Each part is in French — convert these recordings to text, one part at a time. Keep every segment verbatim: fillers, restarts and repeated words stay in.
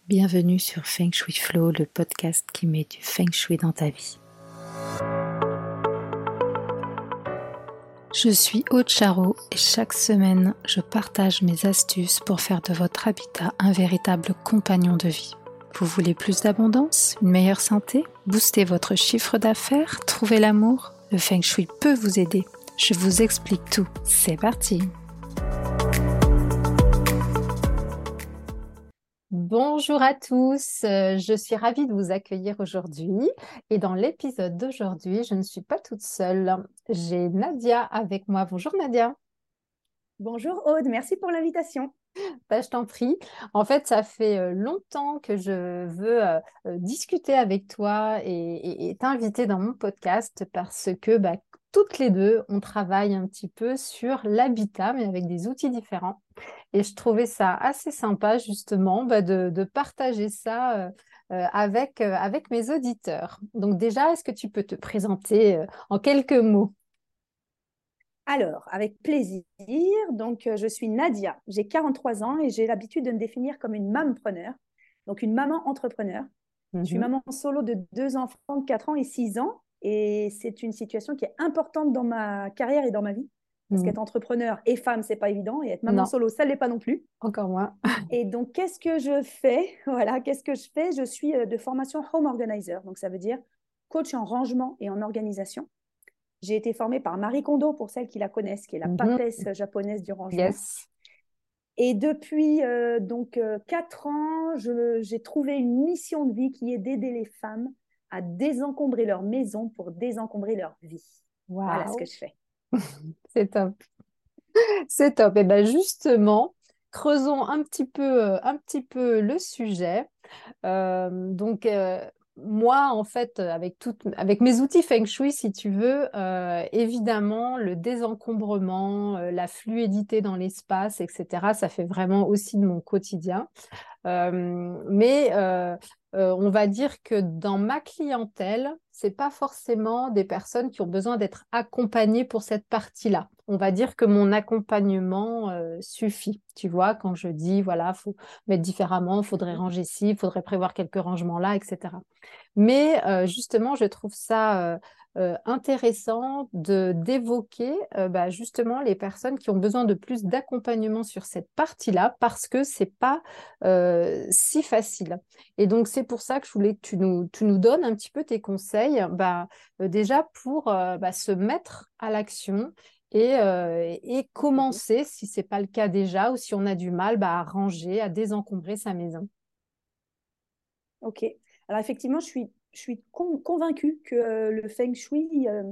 Bienvenue sur Feng Shui Flow, le podcast qui met du Feng Shui dans ta vie. Je suis Aude Charot et chaque semaine, je partage mes astuces pour faire de votre habitat un véritable compagnon de vie. Vous voulez plus d'abondance, une meilleure santé, booster votre chiffre d'affaires, trouver l'amour? Le Feng Shui peut vous aider. Je vous explique tout. C'est parti! Bonjour à tous, euh, je suis ravie de vous accueillir aujourd'hui et dans l'épisode d'aujourd'hui, je ne suis pas toute seule. J'ai Nadia avec moi. Bonjour Nadia. Bonjour Aude, merci pour l'invitation. Bah, je t'en prie. En fait, ça fait euh, longtemps que je veux euh, euh, discuter avec toi et, et- et t'inviter dans mon podcast parce que bah, toutes les deux, on travaille un petit peu sur l'habitat, mais avec des outils différents. Et je trouvais ça assez sympa, justement, bah, de, de partager ça euh, euh, avec, euh, avec mes auditeurs. Donc déjà, est-ce que tu peux te présenter euh, en quelques mots? Alors, avec plaisir, donc euh, je suis Nadia, j'ai quarante-trois ans et j'ai l'habitude de me définir comme une mampreneur, donc une maman entrepreneur. Je suis Mhm. maman solo de deux enfants de quatre ans et six ans et c'est une situation qui est importante dans ma carrière et dans ma vie parce Mhm. qu'être entrepreneur et femme, c'est pas évident et être maman Non, solo, ça l'est pas non plus. encore moins. Et donc, qu'est-ce que je fais? Voilà, qu'est-ce que je fais? Je suis euh, de formation home organizer, donc ça veut dire coach en rangement et en organisation. J'ai été formée par Marie Kondo, pour celles qui la connaissent, qui est la Mhm. papesse japonaise du rangement. Yes. Et depuis euh, donc euh, quatre ans, je- j'ai trouvé une mission de vie qui est d'aider les femmes à désencombrer leur maison pour désencombrer leur vie. Voilà ce que Waouh, je fais. c'est top. C'est top. Et bien justement, creusons un petit peu, euh, un petit peu le sujet. Euh, donc, euh, moi, en fait, avec, toutes- avec mes outils Feng Shui, si tu veux, euh, évidemment, le désencombrement, euh, la fluidité dans l'espace, et cetera, ça fait vraiment aussi de mon quotidien. Euh, mais euh, euh, on va dire que dans ma clientèle, c'est pas forcément des personnes qui ont besoin d'être accompagnées pour cette partie-là. On va dire que mon accompagnement euh, suffit. Tu vois, quand je dis, voilà, faut mettre différemment, faudrait Mhm. ranger ici, faudrait prévoir quelques rangements là, et cetera. Mais euh, justement, je trouve ça euh, euh, intéressant de d'évoquer euh, bah, justement les personnes qui ont besoin de plus d'accompagnement sur cette partie-là parce que c'est pas euh, si facile. Et donc, c'est pour ça que je voulais que tu nous, tu nous donnes un petit peu tes conseils, bah, euh, déjà pour euh, bah, se mettre à l'action et, euh, et Mhm. commencer, si ce n'est pas le cas déjà, ou si on a du mal, bah, à ranger, à désencombrer sa maison. Ok. Alors effectivement, je suis, je suis con- convaincue que euh, le Feng Shui euh,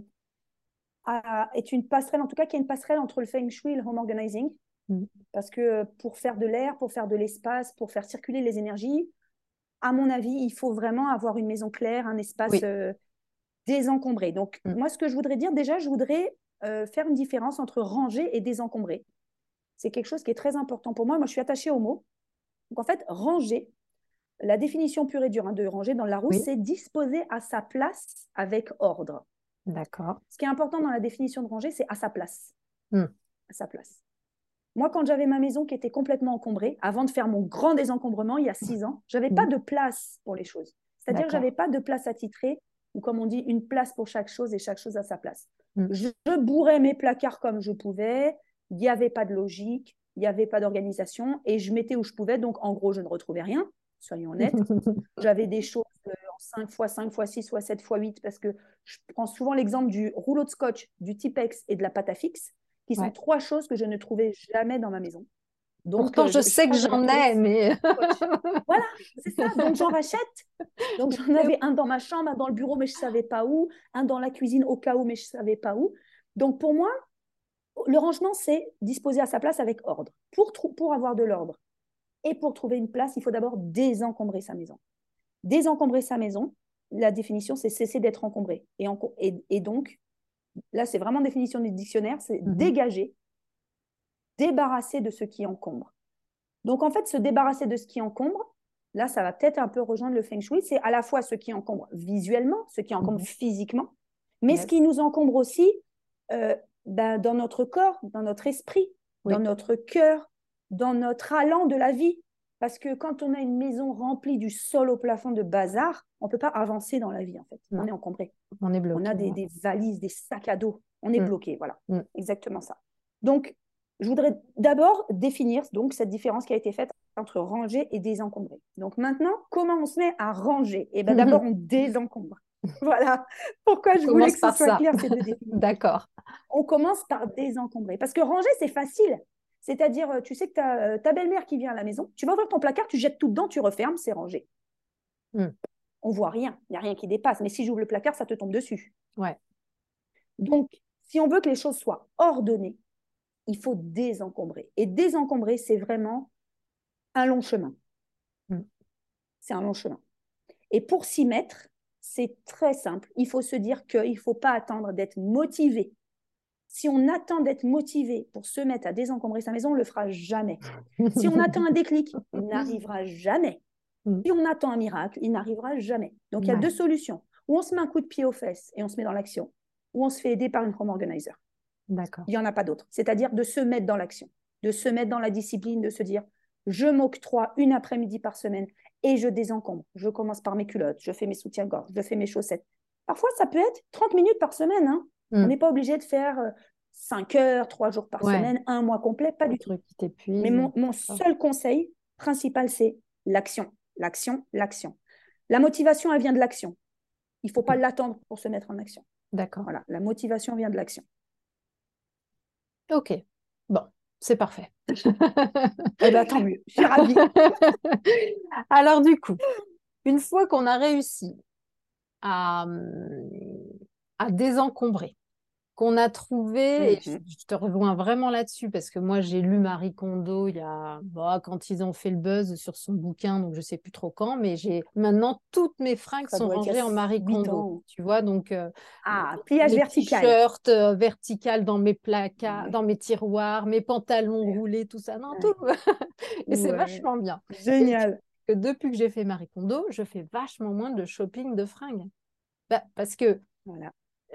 a- est une passerelle, en tout cas qu'il y a une passerelle entre le Feng Shui et le home organizing. Mm. Parce que euh, pour faire de l'air, pour faire de l'espace, pour faire circuler les énergies, à mon avis, il faut vraiment avoir une maison claire, un espace Oui. euh, désencombré. Donc, Mm. moi, ce que je voudrais dire, déjà, je voudrais euh, faire une différence entre ranger et désencombrer. C'est quelque chose qui est très important pour moi. Moi, je suis attachée au mot. Donc, en fait, ranger, la définition pure et dure hein, de ranger dans le Larousse, Oui, c'est disposer à sa place avec ordre. d'accord. Ce qui est important dans la définition de ranger, c'est à sa place. Mm. À sa place. Moi, quand j'avais ma maison qui était complètement encombrée, avant de faire mon grand désencombrement il y a six ans, j'avais pas Mm. de place pour les choses. C'est-à-dire que D'accord. j'avais pas de place attitrée, ou comme on dit, une place pour chaque chose et chaque chose à sa place. Mm. Je, je bourrais mes placards comme je pouvais, il n'y avait pas de logique, il n'y avait pas d'organisation, et je mettais où je pouvais, donc en gros, je ne retrouvais rien, soyons honnêtes. J'avais des choses euh, en cinq fois cinq fois six fois sept fois huit parce que je prends souvent l'exemple du rouleau de scotch, du Tipex et de la pâte à fixe, qui sont Ouais. trois choses que je ne trouvais jamais dans ma maison. Donc, Pourtant, euh, je je, je sais que crois que j'aurais j'en retrouvé ai, six mais... scotch. Voilà, c'est ça. Donc, j'en rachète. Donc, j'en Mais avais un dans ma chambre, un dans le bureau, mais je ne savais pas où, un dans la cuisine au cas où, mais je ne savais pas où. Donc, pour moi, le rangement, c'est disposer à sa place avec ordre. Pour, pour avoir de l'ordre et pour trouver une place, il faut d'abord désencombrer sa maison. Désencombrer sa maison, la définition, c'est cesser d'être encombré. Et, en, et, et donc, là, c'est vraiment définition du dictionnaire, c'est Mhm. dégager, débarrasser de ce qui encombre. Donc, en fait, se débarrasser de ce qui encombre, là, ça va peut-être un peu rejoindre le feng shui, c'est à la fois ce qui encombre visuellement, ce qui encombre Mhm. physiquement, mais ce qui Yes. nous encombre aussi euh, ben, dans notre corps, dans notre esprit, dans Oui. notre cœur, dans notre allant de la vie. Parce que quand on a une maison remplie du sol au plafond de bazar, on ne peut pas avancer dans la vie, en fait. Non. On est encombré. On est On bloqué. a des, des valises, des sacs à dos. On est Mm. bloqué, voilà. Mm. Exactement ça. Donc, je voudrais d'abord définir donc, cette différence qui a été faite entre ranger et désencombrer. Donc maintenant, comment on se met à ranger? Eh bien, d'abord, on désencombre. Voilà pourquoi On je voulais commence que ce par soit ça. clair, ces deux définitions. D'accord. On commence par désencombrer. Parce que ranger, c'est facile. C'est-à-dire, tu sais que tu as ta belle-mère qui vient à la maison, tu vas ouvrir ton placard, tu jettes tout dedans, tu refermes, c'est rangé. Mm. On voit rien, il n'y a rien qui dépasse. Mais si j'ouvre le placard, ça te tombe dessus. Ouais. Donc, si on veut que les choses soient ordonnées, il faut désencombrer. Et désencombrer, c'est vraiment un long chemin. Mm. C'est un long chemin. Et pour s'y mettre, c'est très simple. Il faut se dire qu'il ne faut pas attendre d'être motivé. Si on attend d'être motivé pour se mettre à désencombrer sa maison, on ne le fera jamais. Si on attend un déclic, il n'arrivera jamais. Mm. Si on attend un miracle, il n'arrivera jamais. Donc, il y a Ouais. deux solutions. Ou on se met un coup de pied aux fesses et on se met dans l'action, ou on se fait aider par une home organizer. D'accord. Il n'y en a pas d'autre. C'est-à-dire de se mettre dans l'action, de se mettre dans la discipline, de se dire, je m'octroie une après-midi par semaine et je désencombre. Je commence par mes culottes, je fais mes soutiens-gorge, je fais mes chaussettes. Parfois, ça peut être trente minutes par semaine. Hein. Mm. On n'est pas obligé de faire cinq heures, trois jours par Ouais. semaine, un mois complet, pas Le du tout. truc qui t'épuise. Mais mon, mon seul conseil principal, c'est l'action, l'action, l'action. La motivation, elle vient de l'action. Il ne faut pas Mm. l'attendre pour se mettre en action. D'accord. Voilà, la motivation vient de l'action. Ok. Bon, c'est parfait. Eh bien, tant mieux, je suis ravie. Alors du coup, une fois qu'on a réussi à, à désencombrer, qu'on a trouvé, et je, Mhm. je te rejoins vraiment là-dessus parce que moi j'ai lu Marie Kondo il y a, bah, quand ils ont fait le buzz sur son bouquin, donc je sais plus trop quand, mais j'ai maintenant toutes mes fringues Ça sont doit être il y rangées en a Marie huit Kondo, ans. tu vois, donc euh, Ah, pliage mes vertical. t-shirts euh, verticales dans mes placards, Ouais. dans mes tiroirs, mes pantalons roulés, tout ça, non, tout. Ouais. Et c'est Ouais. vachement bien. Et tu Génial. vois que depuis que j'ai fait Marie Kondo, je fais vachement moins de shopping de fringues. Bah, parce que Voilà.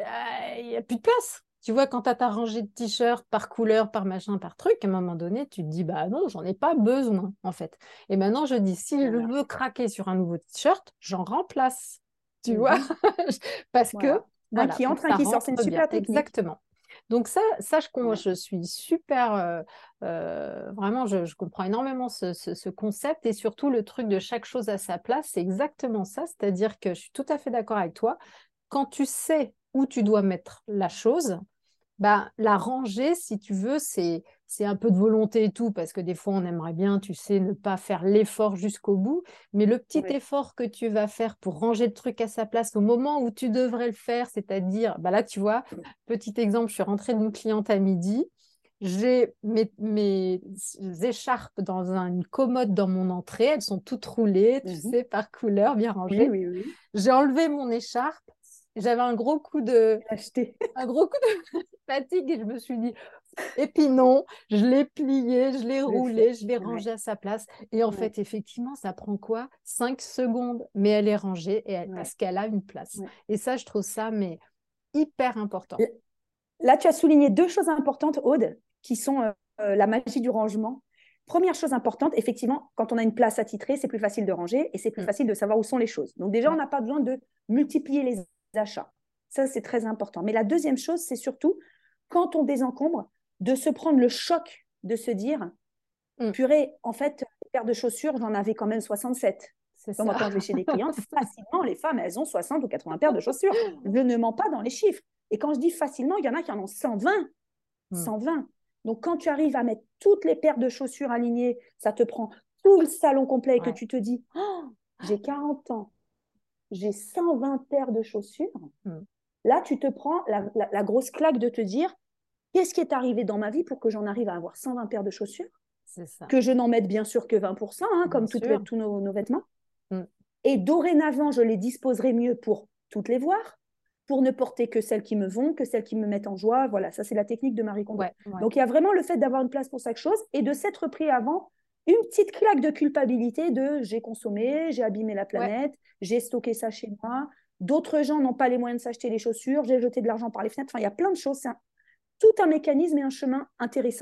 il n'y a plus de place. Tu vois, quand tu as ta rangée de t-shirts par couleur, par machin, par truc, à un moment donné, tu te dis, bah non, j'en ai pas besoin, en fait. Et maintenant, je dis, si je Voilà. veux craquer sur un nouveau t-shirt, j'en remplace. Tu vois? Mhm. Parce que, Voilà. Un voilà, qui pour que entre, un ça qui sort, c'est une rentre bien. super technique. Exactement. Donc ça, ça je, con- Ouais. je suis super, euh, euh, vraiment, je, je comprends énormément ce, ce- ce concept et surtout le truc de chaque chose à sa place, c'est exactement ça. C'est-à-dire que je suis tout à fait d'accord avec toi. Quand tu sais où tu dois mettre la chose, bah, la ranger, si tu veux, c'est, c'est un peu de volonté et tout, parce que des fois, on aimerait bien, tu sais, ne pas faire l'effort jusqu'au bout, mais le petit Ouais. effort que tu vas faire pour ranger le truc à sa place au moment où tu devrais le faire, c'est-à-dire, bah là, tu vois, petit exemple, je suis rentrée d'une cliente à midi, j'ai mes, mes écharpes dans un- une commode dans mon entrée, elles sont toutes roulées, tu Mhm. sais, par couleur, bien Oui, rangées. oui, oui. J'ai enlevé mon écharpe, j'avais un gros coup de, Acheter. un gros coup de fatigue et je me suis dit, et puis non, je l'ai plié, je l'ai Le fait. roulé, je l'ai Ouais. rangé à sa place. Et en Ouais. fait, effectivement, ça prend quoi? Cinq secondes, mais elle est rangée et elle- Ouais. parce qu'elle a une place. Ouais. Et ça, je trouve ça mais hyper important. Là, tu as souligné deux choses importantes, Aude, qui sont euh, euh, la magie du rangement. Première chose importante, effectivement, quand on a une place attitrée, c'est plus facile de ranger et c'est plus Mm. facile de savoir où sont les choses. Donc déjà, on Ouais. n'a pas besoin de multiplier les achats. Ça, c'est très important. Mais la deuxième chose, c'est surtout, quand on désencombre, de se prendre le choc de se dire, Mm. purée, en fait, une paire de chaussures, j'en avais quand même soixante-sept. C'est Donc, moi, ça. quand je vais chez des clientes, facilement, les femmes, elles ont soixante ou quatre-vingts paires de chaussures. Je ne mens pas dans les chiffres. Et quand je dis facilement, il y en a qui en ont cent vingt. Mm. cent vingt. Donc, quand tu arrives à mettre toutes les paires de chaussures alignées, ça te prend tout le salon complet et que Ouais. tu te dis, oh, j'ai quarante ans, j'ai cent vingt paires de chaussures. Mm. Là, tu te prends la, la, la grosse claque de te dire, qu'est-ce qui est arrivé dans ma vie pour que j'en arrive à avoir cent vingt paires de chaussures, C'est ça. que je n'en mette bien sûr que vingt pour cent, hein, Bien comme toutes, sûr. tous nos, nos vêtements. Mm. Et dorénavant, je les disposerai mieux pour toutes les voir, pour ne porter que celles qui me vont, que celles qui me mettent en joie. Voilà, ça, c'est la technique de Marie Kondo. Ouais, ouais. Donc, il y a vraiment le fait d'avoir une place pour chaque chose et de s'être pris avant une petite claque de culpabilité de j'ai consommé, j'ai abîmé la Ouais. planète, j'ai stocké ça chez moi. D'autres gens n'ont pas les moyens de s'acheter les chaussures, j'ai jeté de l'argent par les fenêtres. Enfin, il y a plein de choses. C'est un- tout un mécanisme et un chemin intéressant.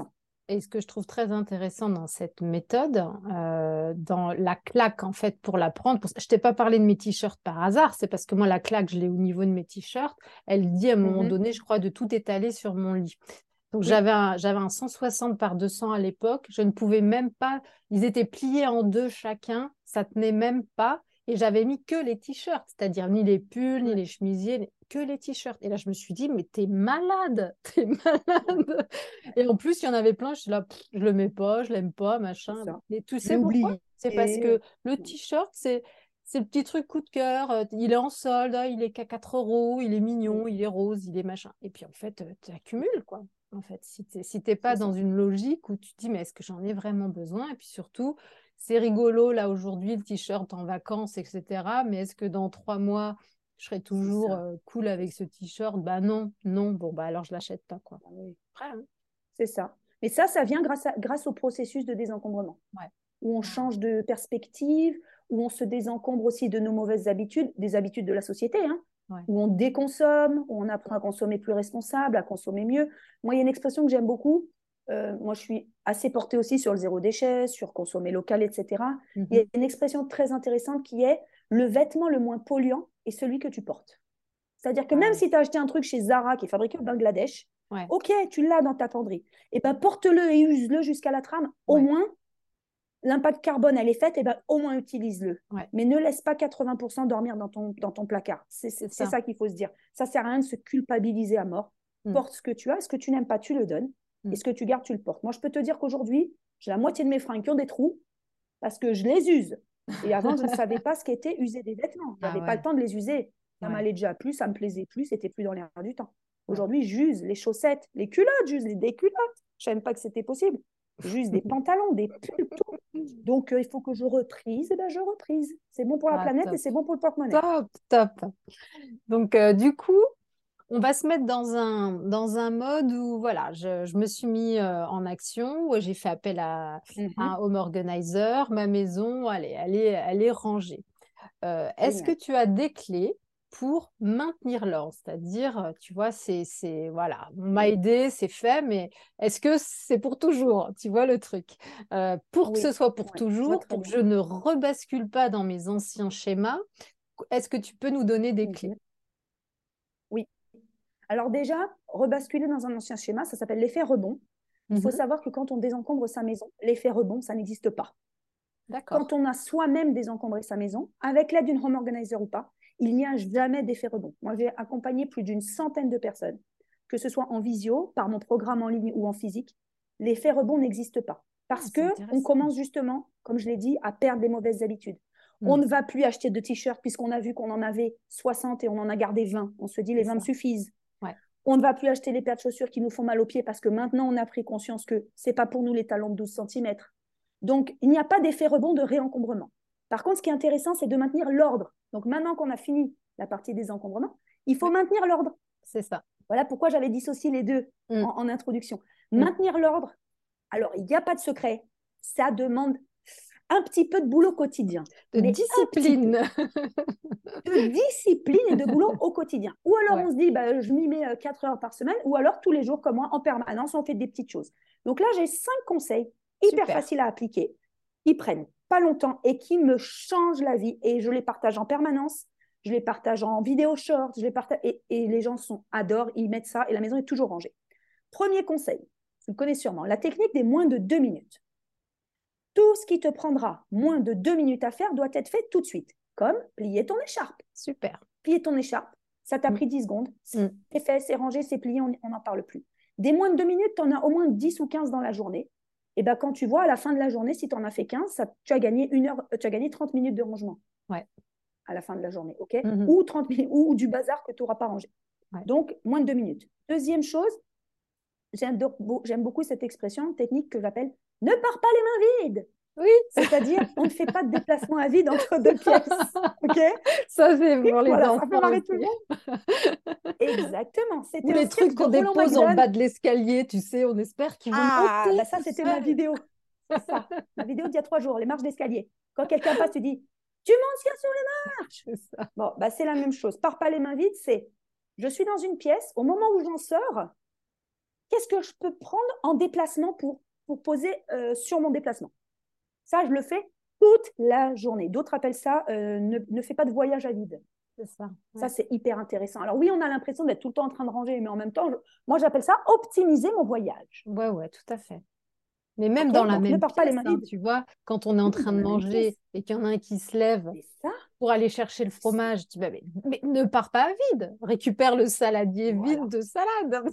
Et ce que je trouve très intéressant dans cette méthode, euh, dans la claque, en fait, pour la prendre, pour... je t'ai pas parlé de mes t-shirts par hasard, c'est parce que moi, la claque, je l'ai au niveau de mes t-shirts. Elle dit à un moment Mhm. donné, je crois, de tout étaler sur mon lit. Donc, Oui, j'avais un, j'avais un cent soixante par deux cents à l'époque. Je ne pouvais même pas, ils étaient pliés en deux chacun, ça tenait même pas. Et j'avais mis que les t-shirts, c'est-à-dire ni les pulls, ni ouais, les chemisiers, ni- que les t-shirts. Et là, je me suis dit, mais t'es malade, t'es ouais, malade. Et en plus, il y en avait plein, je suis là, pff, je le mets pas, je l'aime pas, c'est machin. ça. Et tu Je l'ai sais pourquoi? oublié. C'est parce Euh, que le t-shirt, c'est c'est le petit truc coup de cœur. euh, Il est en solde, ah, il est qu'à quatre euros, il est mm, mignon, il est rose, il est machin. Et puis en fait, tu accumules, quoi. En fait, si tu si t'es pas c'est dans ça. une logique où tu te dis, mais est-ce que j'en ai vraiment besoin? Et puis surtout, c'est rigolo là aujourd'hui, le t-shirt en vacances, et cetera. Mais est-ce que dans trois mois, je serai C'est toujours ça. euh, cool C'est avec ça. ce t-shirt? Bah non, non. Bon, bah alors je l'achète pas, quoi. Ah oui, Après, hein. c'est ça. Mais ça, ça vient grâce, à- grâce au processus de désencombrement, Ouais. où on Ouais, change de perspective, où on se désencombre aussi de nos mauvaises habitudes, des habitudes de la société, hein, ouais. où on déconsomme, où on apprend à consommer plus responsable, à consommer mieux. Moi, il y a une expression que j'aime beaucoup. Euh, moi, je suis assez portée aussi sur le zéro déchet, sur consommer local, et cetera. Il y a Mhm. une expression très intéressante qui est le vêtement le moins polluant est celui que tu portes. C'est-à-dire que Ah même ouais. si tu as acheté un truc chez Zara qui est fabriqué au Bangladesh, Ouais. ok, tu l'as dans ta penderie. Et ben porte-le et use-le jusqu'à la trame. Au Ouais. moins, l'impact carbone, elle est faite, et ben au moins utilise-le. Ouais. Mais ne laisse pas quatre-vingts pour cent dormir dans ton, dans ton placard. C'est C'est c'est ça. ça qu'il faut se dire. Ça sert à rien de se culpabiliser à mort. Mm. Porte ce que tu as. Ce que tu n'aimes pas, tu le donnes. Et Mm. ce que tu gardes, tu le portes. Moi, je peux te dire qu'aujourd'hui, j'ai la moitié de mes fringues qui ont des trous parce que je les use. Et avant, je ne savais pas ce qu'était user des vêtements. Je Ah n'avais pas le ouais. temps de les user. Ça Ouais. m'allait déjà plus, ça me plaisait plus, c'était plus dans l'air du temps. Ouais. Aujourd'hui, j'use les chaussettes, les culottes, j'use les des culottes. Je ne savais pas que c'était possible. J'use des pantalons, des pulls, tout. Donc, euh, il faut que je reprise, et ben, je reprise. C'est bon pour la Ah, planète et top. c'est bon pour le porte-monnaie. Top, top. Donc, euh, du coup, on va se mettre dans un, dans un mode où, voilà, je, je me suis mis euh, en action, où j'ai fait appel à, à un Mhm. home organizer. Ma maison, allez, elle est, elle est rangée. Euh, est-ce que Génial. tu as des clés pour maintenir l'ordre? C'est-à-dire, euh, tu vois, c'est, c'est, voilà, on m'a Oui, aidé, c'est fait, mais est-ce que c'est pour toujours? Tu vois le truc. Euh, pour que ce oui, soit pour ouais, je vois toujours, très pour que bien. je ne rebascule pas dans mes anciens schémas, est-ce que tu peux nous donner des clés? Mhm. Oui. Alors déjà, rebasculer dans un ancien schéma, ça s'appelle l'effet rebond. Il faut Mhm. savoir que quand on désencombre sa maison, l'effet rebond, ça n'existe pas. D'accord. Quand on a soi-même désencombré sa maison, avec l'aide d'une home organizer ou pas, il n'y a jamais d'effet rebond. Moi, j'ai accompagné plus d'une centaine de personnes, que ce soit en visio, par mon programme en ligne ou en physique. L'effet rebond n'existe pas. Ah, Parce c'est que on intéressant. commence justement, comme je l'ai dit, à perdre des mauvaises habitudes. On Mm. ne va plus acheter de t-shirts puisqu'on a vu qu'on en avait soixante et on en a gardé vingt. On se dit les C'est vingt me ça. suffisent. Ouais. On ne va plus acheter les paires de chaussures qui nous font mal aux pieds parce que maintenant on a pris conscience que ce n'est pas pour nous les talons de douze centimètres. Donc il n'y a pas d'effet rebond de réencombrement. Par contre, ce qui est intéressant, c'est de maintenir l'ordre. Donc maintenant qu'on a fini la partie des encombrements, il faut Ouais. maintenir l'ordre. C'est ça. Voilà pourquoi j'avais dissocié les deux en, Mm. en introduction. Mm. Maintenir l'ordre, alors il n'y a pas de secret. Ça demande un petit peu de boulot quotidien, De mais un petit peu discipline. de discipline et de boulot au quotidien. Ou alors Ouais. on se dit, bah, je m'y mets quatre heures par semaine, ou alors tous les jours comme moi, en permanence, on fait des petites choses. Donc là, j'ai cinq conseils hyper Super. faciles à appliquer, qui prennent pas longtemps et qui me changent la vie. Et je les partage en permanence, je les partage en vidéo short, je les partage, et, et les gens sont, adorent, ils mettent ça, et la maison est toujours rangée. Premier conseil, tu le connais sûrement, la technique des moins de deux minutes. Tout ce qui te prendra moins de deux minutes à faire doit être fait tout de suite, comme plier ton écharpe. Super. Plier ton écharpe, ça t'a Mm. pris dix secondes, Mm. c'est fait, c'est rangé, c'est plié, on n'en parle plus. Des moins de deux minutes, tu en as au moins dix ou quinze dans la journée. Et ben quand tu vois à la fin de la journée, si tu en as fait quinze, ça, tu, as gagné une heure, tu as gagné trente minutes de rangement Ouais. à la fin de la journée, ok? Mhm. Ou, trente minutes, ou, ou du bazar que tu n'auras pas rangé. Ouais. Donc, moins de deux minutes. Deuxième chose, j'aime beaucoup cette expression technique que j'appelle ne pars pas les mains vides. Oui. C'est-à-dire, on ne fait pas de déplacement à vide entre deux pièces. OK? Ça, c'est pour les Voilà, ça fait enfants marrer tout le aussi. monde. Exactement. Ou C'était un les trucs sketch de qu'on Roland dépose en McDan. bas de l'escalier, tu sais, on espère qu'ils vont Ah, monter bah ça, tout c'était ma seuls. vidéo. C'est ça. Ma vidéo d'il y a trois jours, les marches d'escalier. Quand quelqu'un passe, tu dis, tu montes sur les marches. C'est ça. Bon, bah c'est la même chose. Pars pas les mains vides, c'est, je suis dans une pièce, au moment où j'en sors, qu'est-ce que je peux prendre en déplacement pour pour poser euh, sur mon déplacement. Ça, je le fais toute la journée. D'autres appellent ça euh, ne, ne fais pas de voyage à vide. C'est ça. Ouais. Ça, c'est hyper intéressant. Alors oui, on a l'impression d'être tout le temps en train de ranger, mais en même temps, je, moi, j'appelle ça optimiser mon voyage. Ouais, ouais, tout à fait. Mais même Ok, dans la donc ne même pars pas les pièce, mains hein, vides. tu vois, quand on est en Oui, train dans de la même pièce. manger et qu'il y en a un qui se lève C'est ça. pour aller chercher le fromage, tu dis, bah, mais, mais ne pars pas vide, récupère le saladier Voilà. vide de salade.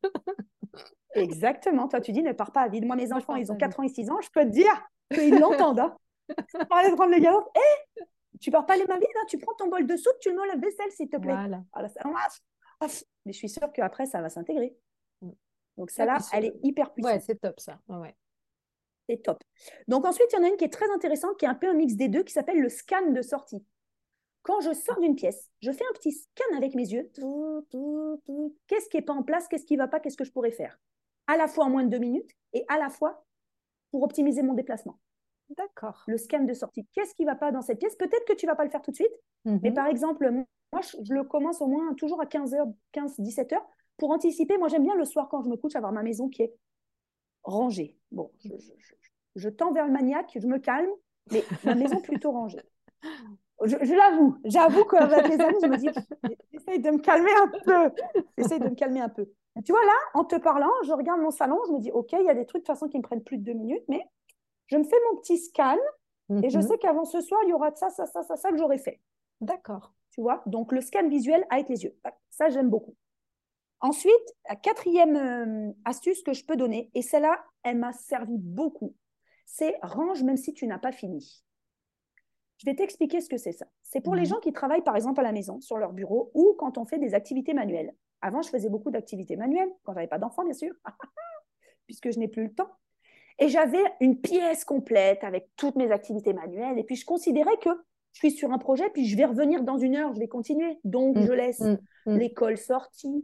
Exactement. Toi, tu dis ne pars pas à vide. Moi, mes Moi, je enfants, pars ils ont pas vide. quatre ans et six ans. Je peux te dire qu'ils l'entendent. Hein. Pour aller prendre les galons. Hé, tu pars pas les mains vides. Hein. Tu prends ton bol de soupe, tu le mets au lave-vaisselle, s'il te plaît. Voilà. Voilà, ça, mais je suis sûre qu'après, ça va s'intégrer. Donc, Ah, puis celle-là, ce- elle est hyper Ouais, puissante. c'est top ça. Ouais, ouais. C'est top. Donc, ensuite, il y en a une qui est très intéressante, qui est un peu un mix des deux, qui s'appelle le scan de sortie. Quand je sors d'une pièce, je fais un petit scan avec mes yeux. Qu'est-ce qui n'est pas en place? Qu'est-ce qui ne va pas? Qu'est-ce que je pourrais faire? À la fois en moins de deux minutes et à la fois pour optimiser mon déplacement. D'accord. Le scan de sortie. Qu'est-ce qui ne va pas dans cette pièce? Peut-être que tu ne vas pas le faire tout de suite, Mhm. mais par exemple, moi, je, je le commence au moins toujours à quinze heures, quinze, dix-sept heures pour anticiper. Moi, j'aime bien le soir quand je me couche avoir ma maison qui est rangée. Bon, je, je, je, je tends vers le maniaque, je me calme, mais ma maison plutôt rangée. Je, je l'avoue, j'avoue qu'avec les amis, je me dis, j'essaye de me calmer un peu. J'essaye de me calmer un peu. Tu vois, là, en te parlant, je regarde mon salon, je me dis, OK, il y a des trucs de toute façon qui me prennent plus de deux minutes, mais je me fais mon petit scan et je Mhm. sais qu'avant ce soir, il y aura ça, ça, ça, ça, ça que j'aurais fait. D'accord. Tu vois, donc le scan visuel avec les yeux. Ça, j'aime beaucoup. Ensuite, la quatrième euh, astuce que je peux donner, et celle-là, elle m'a servi beaucoup, c'est range même si tu n'as pas fini. Je vais t'expliquer ce que c'est ça. C'est pour Ouais. les gens qui travaillent par exemple à la maison, sur leur bureau, ou quand on fait des activités manuelles. Avant, je faisais beaucoup d'activités manuelles, quand j'avais pas d'enfants, bien sûr, puisque je n'ai plus le temps. Et j'avais une pièce complète avec toutes mes activités manuelles. Et puis, je considérais que je suis sur un projet, puis je vais revenir dans une heure, je vais continuer. Donc, Mm, je laisse mm, mm. l'école sortie,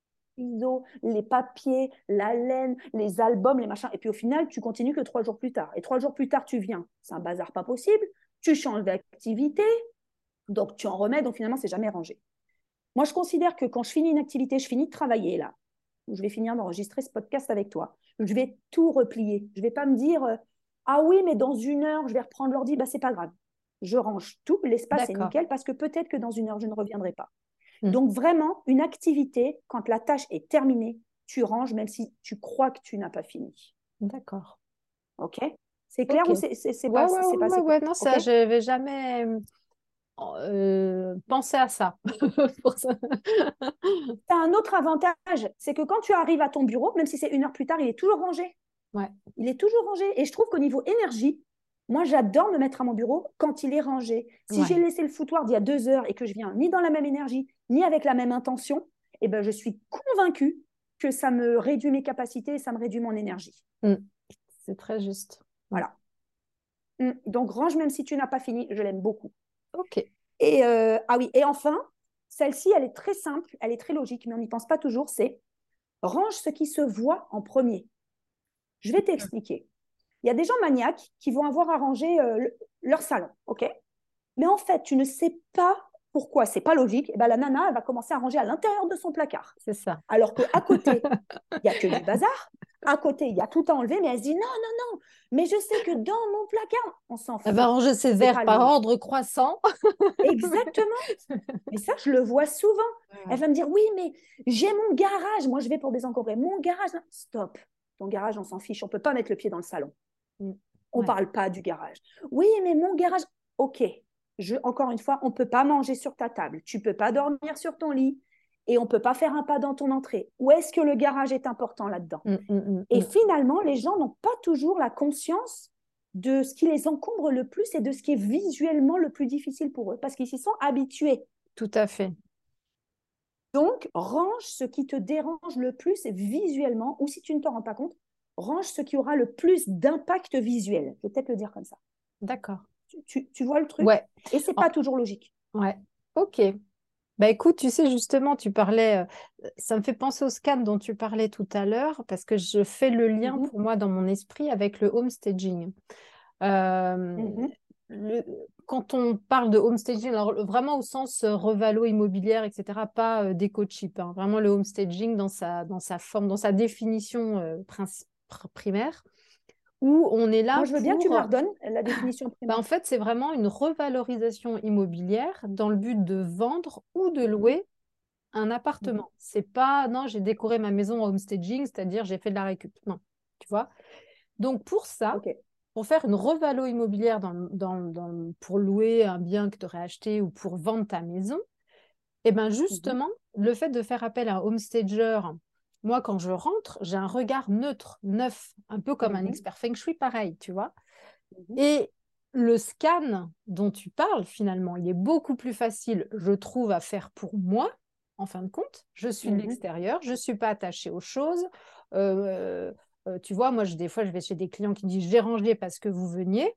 les papiers, la laine, les albums, les machins. Et puis, au final, tu continues que trois jours plus tard. Et trois jours plus tard, tu viens. C'est un bazar pas possible. Tu changes d'activité. Donc, tu en remets. Donc, finalement, c'est jamais rangé. Moi, je considère que quand je finis une activité, je finis de travailler là, où je vais finir d'enregistrer ce podcast avec toi. Je vais tout replier. Je ne vais pas me dire euh, ah oui, mais dans une heure, je vais reprendre l'ordi. Bah, c'est pas grave. Je range tout. L'espace est D'accord. nickel parce que peut-être que dans une heure, je ne reviendrai pas. Mm. Donc, vraiment, une activité, quand la tâche est terminée, tu ranges même si tu crois que tu n'as pas fini. D'accord. OK? C'est clair Ok. ou c'est, c'est, c'est Ouais, pas, ouais, c'est pas ouais, ouais, assez ouais. clair? Non, OK? ça, je n'avais jamais euh, pensé à ça. Pour ça. Tu as un autre avantage, c'est que quand tu arrives à ton bureau, même si c'est une heure plus tard, il est toujours rangé. Ouais. Il est toujours rangé. Et je trouve qu'au niveau énergie, moi, j'adore me mettre à mon bureau quand il est rangé. Si Ouais. j'ai laissé le foutoir d'il y a deux heures et que je viens ni dans la même énergie, ni avec la même intention, eh ben, je suis convaincue que ça me réduit mes capacités et ça me réduit mon énergie. Mm. C'est très juste. Mm. Voilà. Mm. Donc, range même si tu n'as pas fini, je l'aime beaucoup. Ok. Et, euh, ah oui, et enfin, celle-ci, elle est très simple, elle est très logique, mais on n'y pense pas toujours, c'est range ce qui se voit en premier. Je vais t'expliquer. Il y a des gens maniaques qui vont avoir arrangé euh, leur salon, ok? Mais en fait, tu ne sais pas pourquoi, c'est pas logique. Et ben, la nana, elle va commencer à ranger à l'intérieur de son placard. C'est ça. Alors qu'à côté, il n'y a que du bazar. À côté, il y a tout à enlever, mais elle se dit non, non, non, mais je sais que dans mon placard, on s'en Elle va fout. ranger ses C'est verres pas le par moment. ordre croissant. Exactement. Mais ça, je le vois souvent. Elle va me dire oui, mais j'ai mon garage. Moi, je vais pour désencombrer. Mon garage, non. Stop. Ton garage, on s'en fiche. On ne peut pas mettre le pied dans le salon. Mm. On ne Ouais. parle pas du garage. Oui, mais mon garage, ok. Je, encore une fois, on ne peut pas manger sur ta table. Tu ne peux pas dormir sur ton lit et on ne peut pas faire un pas dans ton entrée. Où est-ce que le garage est important là-dedans? Mm, mm, mm, Et mm. finalement, les gens n'ont pas toujours la conscience de ce qui les encombre le plus et de ce qui est visuellement le plus difficile pour eux, parce qu'ils s'y sont habitués. Tout à fait. Donc, range ce qui te dérange le plus visuellement, ou si tu ne t'en rends pas compte, range ce qui aura le plus d'impact visuel. Je vais peut-être le dire comme ça. D'accord. Tu, tu, tu vois le truc? Ouais. Et c'est En- pas toujours logique. Ouais. Ok. Bah écoute, tu sais, justement, tu parlais, euh, ça me fait penser au scan dont tu parlais tout à l'heure, parce que je fais le lien Mhm, pour moi dans mon esprit avec le homestaging. Euh, mhm. le- Quand on parle de homestaging, alors vraiment au sens euh, revalo immobilière, et cetera, pas euh, déco cheap, hein, vraiment le homestaging dans sa, dans sa forme, dans sa définition euh, princi- pr- primaire, où on est là Moi, je veux bien que tu me pour... la redonnes, la définition Ben, en primaire. fait, c'est vraiment une revalorisation immobilière dans le but de vendre ou de Mhm, louer un mhm, appartement. C'est pas, non, j'ai décoré ma maison en homestaging, c'est-à-dire j'ai fait de la récup. Non, tu vois. Donc pour ça, ok. pour faire une revalo immobilière dans, dans, dans- pour louer un bien que tu aurais acheté ou pour vendre ta maison, et ben Mhm, justement, le fait de faire appel à un homestager, moi quand je rentre, j'ai un regard neutre, neuf, un peu comme un mhm, expert feng shui, pareil, tu vois. mhm, Et le scan dont tu parles, finalement, il est beaucoup plus facile, je trouve, à faire pour moi, en fin de compte. Je suis de mhm. l'extérieur, je ne suis pas attachée aux choses. Euh, euh, tu vois, moi, je, des fois, je vais chez des clients qui me disent, j'ai rangé parce que vous veniez.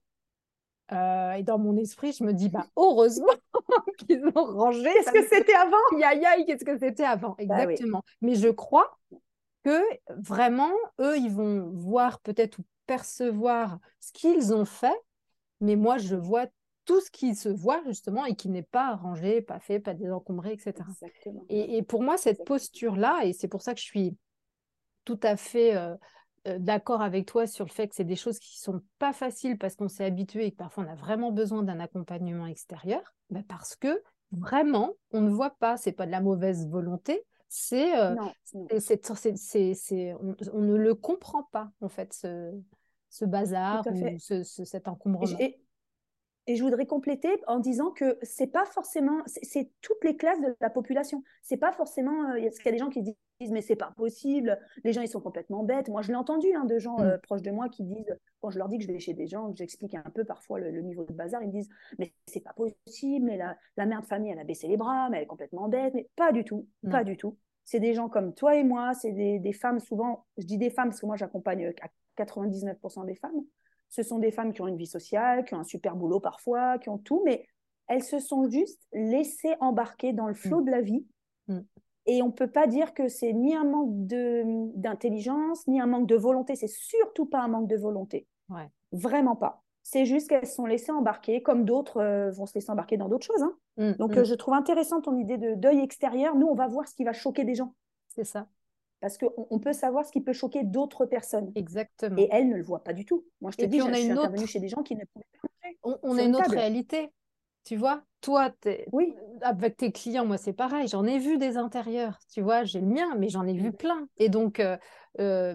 Euh, et dans mon esprit, je me dis, bah, heureusement qu'ils ont rangé Qu'est-ce parce que que, c'était avant? aïe, aïe, aïe, qu'est-ce que c'était avant? Bah oui. Exactement. Mais je crois que vraiment, eux, ils vont voir peut-être ou percevoir ce qu'ils ont fait, mais moi, je vois tout ce qui se voit justement et qui n'est pas rangé, pas fait, pas désencombré, et cetera. Exactement. Et, et pour moi, cette Exactement. posture-là, et c'est pour ça que je suis tout à fait euh, euh, d'accord avec toi sur le fait que c'est des choses qui sont pas faciles parce qu'on s'est habitué et que parfois on a vraiment besoin d'un accompagnement extérieur, bah parce que vraiment, on ne voit pas, c'est pas de la mauvaise volonté, c'est, euh, Non, non, c'est, c'est- c'est- c'est- c'est- on, on ne le comprend pas, en fait, ce, ce tout bazar à ou fait. ce, ce- cet Et, j- encombrement. et- Et je voudrais compléter en disant que c'est pas forcément, c'est c'est toutes les classes de la population. C'est pas forcément, euh, parce qu'il y a des gens qui disent mais c'est pas possible, les gens ils sont complètement bêtes. Moi je l'ai entendu hein, de gens Mm. euh, proches de moi qui disent, quand je leur dis que je vais chez des gens, que j'explique un peu parfois le, le niveau de bazar, ils me disent mais c'est pas possible, mais la, la mère de famille elle a baissé les bras, mais elle est complètement bête. Mais pas du tout, pas Non. du tout. C'est des gens comme toi et moi, c'est des, des femmes souvent, je dis des femmes parce que moi j'accompagne à quatre-vingt-dix-neuf pour cent des femmes. Ce sont des femmes qui ont une vie sociale, qui ont un super boulot parfois, qui ont tout, mais elles se sont juste laissées embarquer dans le Mm. flot de la vie. Mm. Et on ne peut pas dire que c'est ni un manque de, d'intelligence, ni un manque de volonté. C'est surtout pas un manque de volonté. Ouais. Vraiment pas. C'est juste qu'elles se sont laissées embarquer, comme d'autres euh, vont se laisser embarquer dans d'autres choses. Hein. Mm. Donc, euh, Mm. je trouve intéressant ton idée de deuil extérieur. Nous, on va voir ce qui va choquer des gens. C'est ça, Parce qu'on on peut savoir ce qui peut choquer d'autres personnes. Et exactement. elles ne le voient pas du tout. Moi, je te Et dis, puis je, on je a suis une intervenue autre chez des gens qui ne pouvaient pas manger on, on a sur une une autre table. réalité. Tu vois, toi, t'es- Oui. avec tes clients, moi, c'est pareil. J'en ai vu des intérieurs. Tu vois, j'ai le mien, mais j'en ai vu Mhm. plein. Et donc, euh, euh,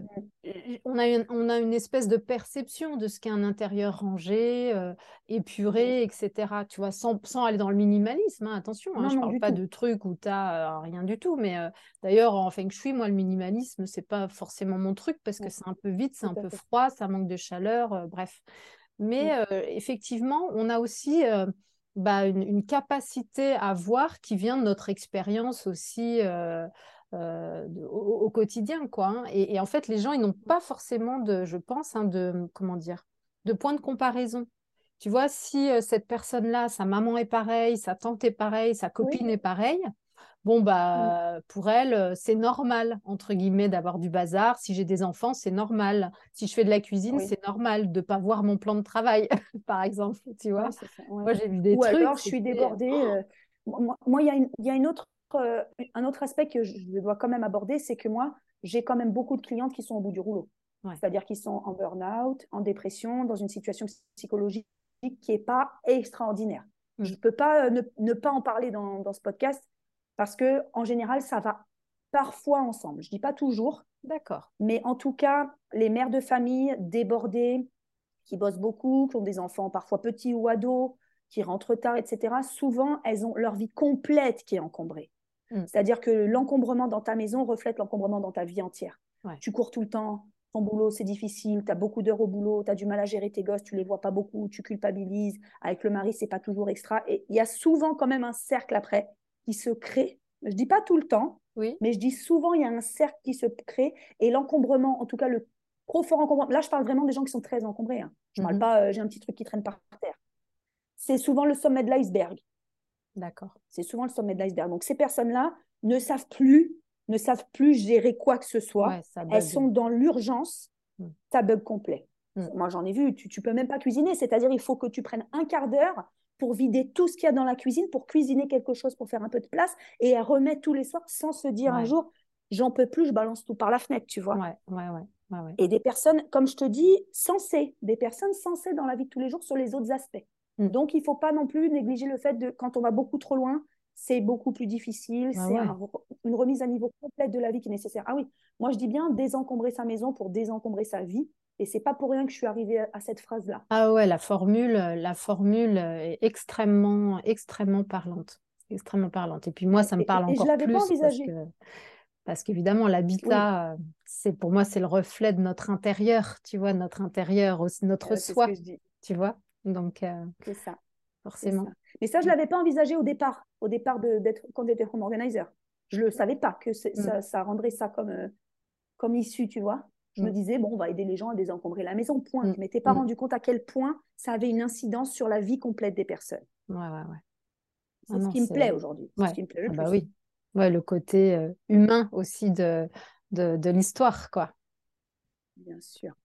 on a une, on a une espèce de perception de ce qu'est un intérieur rangé, euh, Mhm. épuré, et cetera. Tu vois, sans, sans aller dans le minimalisme. Hein, attention, hein, Non, je non, parle du pas tout. de trucs où tu as rien du tout. Mais euh, d'ailleurs, en Feng Shui, moi, le minimalisme, c'est pas forcément mon truc parce que Ouais, c'est un peu vide, c'est tout un à peu fait. froid, ça manque de chaleur, euh, bref. Mm. Mais euh, effectivement, on a aussi euh, bah, une, une capacité à voir qui vient de notre expérience aussi euh, euh, de- au, au quotidien, quoi. Hein. Et, et en fait, les gens, ils n'ont pas forcément de, je pense, hein, de, comment dire, de point de comparaison. Tu vois, si euh, cette personne-là, sa maman est pareille, sa tante est pareille, sa Oui. copine est pareille, bon, Mm. bah, pour elle, euh, c'est normal, entre guillemets, d'avoir du bazar. Si j'ai des enfants, c'est normal. Si je fais de la cuisine, Oui. c'est normal de ne pas voir mon plan de travail, par exemple, tu Ouais, vois. c'est ça. Ouais. Moi, j'ai vu des Ou trucs, alors, je suis c'était... débordée. euh, Moi, moi, il y a une, il y a une autre, euh, un autre aspect que je dois quand même aborder, c'est que moi, j'ai quand même beaucoup de clientes qui sont au bout du rouleau. Ouais. C'est-à-dire qui sont en burn-out, en dépression, dans une situation psychologique qui n'est pas extraordinaire. Je Mm. ne peux pas euh, ne, ne pas en parler dans, dans ce podcast parce que en général, ça va parfois ensemble. Je ne dis pas toujours, D'accord. mais en tout cas, les mères de famille débordées, qui bossent beaucoup, qui ont des enfants parfois petits ou ados, qui rentrent tard, et cetera, souvent, elles ont leur vie complète qui est encombrée. Mm. C'est-à-dire que l'encombrement dans ta maison reflète l'encombrement dans ta vie entière. Ouais. Tu cours tout le temps, ton boulot, c'est difficile, tu as beaucoup d'heures au boulot, tu as du mal à gérer tes gosses, tu les vois pas beaucoup, tu culpabilises. Avec le mari, c'est pas toujours extra. Et il y a souvent quand même un cercle après qui se crée. Je dis pas tout le temps, Oui. mais je dis souvent, il y a un cercle qui se crée et l'encombrement, en tout cas le trop fort encombrement. Là, je parle vraiment des gens qui sont très encombrés. Hein. Je ne parle Mhm. pas, euh, j'ai un petit truc qui traîne par terre. C'est souvent le sommet de l'iceberg. D'accord. C'est souvent le sommet de l'iceberg. Donc, ces personnes-là ne savent plus, ne savent plus gérer quoi que ce Ouais, soit. ça Elles bug. sont dans l'urgence, Mm. ça bug complet. Mm. Moi, j'en ai vu, tu ne peux même pas cuisiner. C'est-à-dire, il faut que tu prennes un quart d'heure pour vider tout ce qu'il y a dans la cuisine, pour cuisiner quelque chose, pour faire un peu de place, et à remettre tous les soirs sans se dire un Ouais. jour, j'en peux plus, je balance tout par la fenêtre, tu vois. Ouais, ouais, ouais, ouais, ouais. Et des personnes, comme je te dis, sensées, des personnes sensées dans la vie de tous les jours sur les autres aspects. Mm. Donc, il ne faut pas non plus négliger le fait de, quand on va beaucoup trop loin, c'est beaucoup plus difficile, Ouais, c'est ouais. un, une remise à niveau complète de la vie qui est nécessaire. Ah oui, moi je dis bien désencombrer sa maison pour désencombrer sa vie, et c'est pas pour rien que je suis arrivée à, à cette phrase-là. Ah ouais, la formule, la formule est extrêmement, extrêmement parlante. Extrêmement parlante. Et puis moi, ça me Et, parle et, et je ne encore l'avais pas plus parce que, envisagé. parce qu'évidemment, Oui, l'habitat, euh, c'est, pour moi, c'est le reflet de notre intérieur, tu vois, notre intérieur, aussi notre euh, c'est ce que soi, je dis, tu vois. Donc, euh, c'est ça, c'est ça. forcément. Mais ça, je ne l'avais pas envisagé au départ, au départ de, d'être, quand j'étais home organizer. Je ne le savais pas que Mm, ça, ça rendrait ça comme, euh, comme issue, tu vois. Je me mm, disais, bon, on va aider les gens à désencombrer la maison, point. mm, Je ne m'étais pas mm. rendu compte à quel point ça avait une incidence sur la vie complète des personnes. Ouais, ouais, ouais. Ah C'est ce non, qui me c'est... plaît aujourd'hui, c'est ce Ouais, qui me plaît le ah bah plus. oui. Ouais, le côté euh, humain aussi de, de, de l'histoire, quoi. Bien sûr,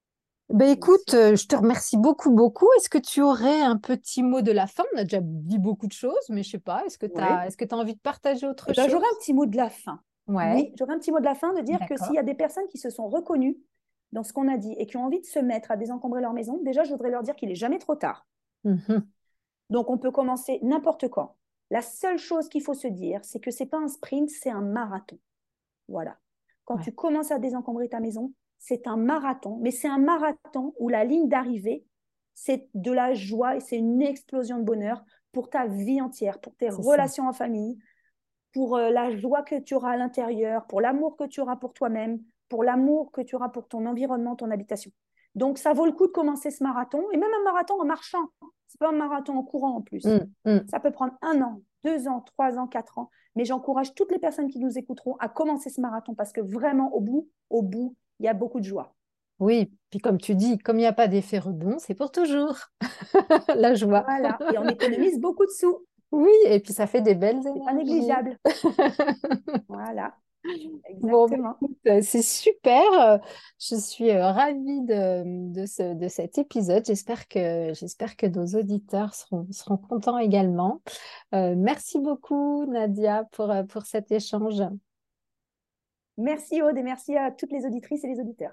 Ben bien écoute, sûr. euh, je te remercie beaucoup, beaucoup. Est-ce que tu aurais un petit mot de la fin? On a déjà dit beaucoup de choses, mais je sais pas, est-ce que tu Oui. as, est-ce que tu as envie de partager autre Eh ben, chose? j'aurais un petit mot de la fin. Ouais, Oui, j'aurais un petit mot de la fin de dire que s'il d'accord. y a des personnes qui se sont reconnues dans ce qu'on a dit et qui ont envie de se mettre à désencombrer leur maison, déjà, je voudrais leur dire qu'il n'est jamais trop tard. Mhm. Donc, on peut commencer n'importe quand. La seule chose qu'il faut se dire, c'est que ce n'est pas un sprint, c'est un marathon. Voilà. Quand Ouais, tu commences à désencombrer ta maison, c'est un marathon, mais c'est un marathon où la ligne d'arrivée, c'est de la joie et c'est une explosion de bonheur pour ta vie entière, pour tes c'est ça. relations en famille, pour euh, la joie que tu auras à l'intérieur, pour l'amour que tu auras pour toi-même, pour l'amour que tu auras pour ton environnement, ton habitation. Donc, ça vaut le coup de commencer ce marathon, et même un marathon en marchant. C'est pas un marathon en courant en plus. Mm, mm. Ça peut prendre un an, deux ans, trois ans, quatre ans. Mais j'encourage toutes les personnes qui nous écouteront à commencer ce marathon parce que vraiment, au bout, au bout, il y a beaucoup de joie. Oui, puis comme tu dis, comme il n'y a pas d'effet rebond, c'est pour toujours la joie. Voilà. Et on économise beaucoup de sous. Oui, et puis ça fait des belles C'est pas énergies. négligeable. Voilà. Bon, bah, Exactement. écoute, euh, c'est super. Euh, Je suis euh, ravie de, de, ce, de cet épisode. J'espère que, j'espère que nos auditeurs seront, seront contents également. Euh, merci beaucoup, Nadia, pour, euh, pour cet échange. Merci Aude et merci à toutes les auditrices et les auditeurs.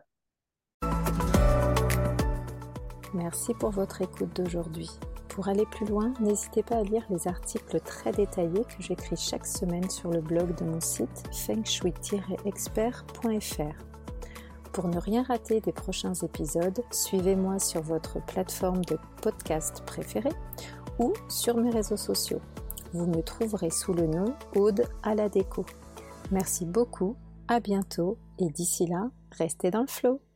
Merci pour votre écoute d'aujourd'hui. Pour aller plus loin, n'hésitez pas à lire les articles très détaillés que j'écris chaque semaine sur le blog de mon site feng shui tiret expert point f r. Pour ne rien rater des prochains épisodes, suivez-moi sur votre plateforme de podcast préférée ou sur mes réseaux sociaux. Vous me trouverez sous le nom Aude à la déco. Merci beaucoup, à bientôt et d'ici là, restez dans le flow.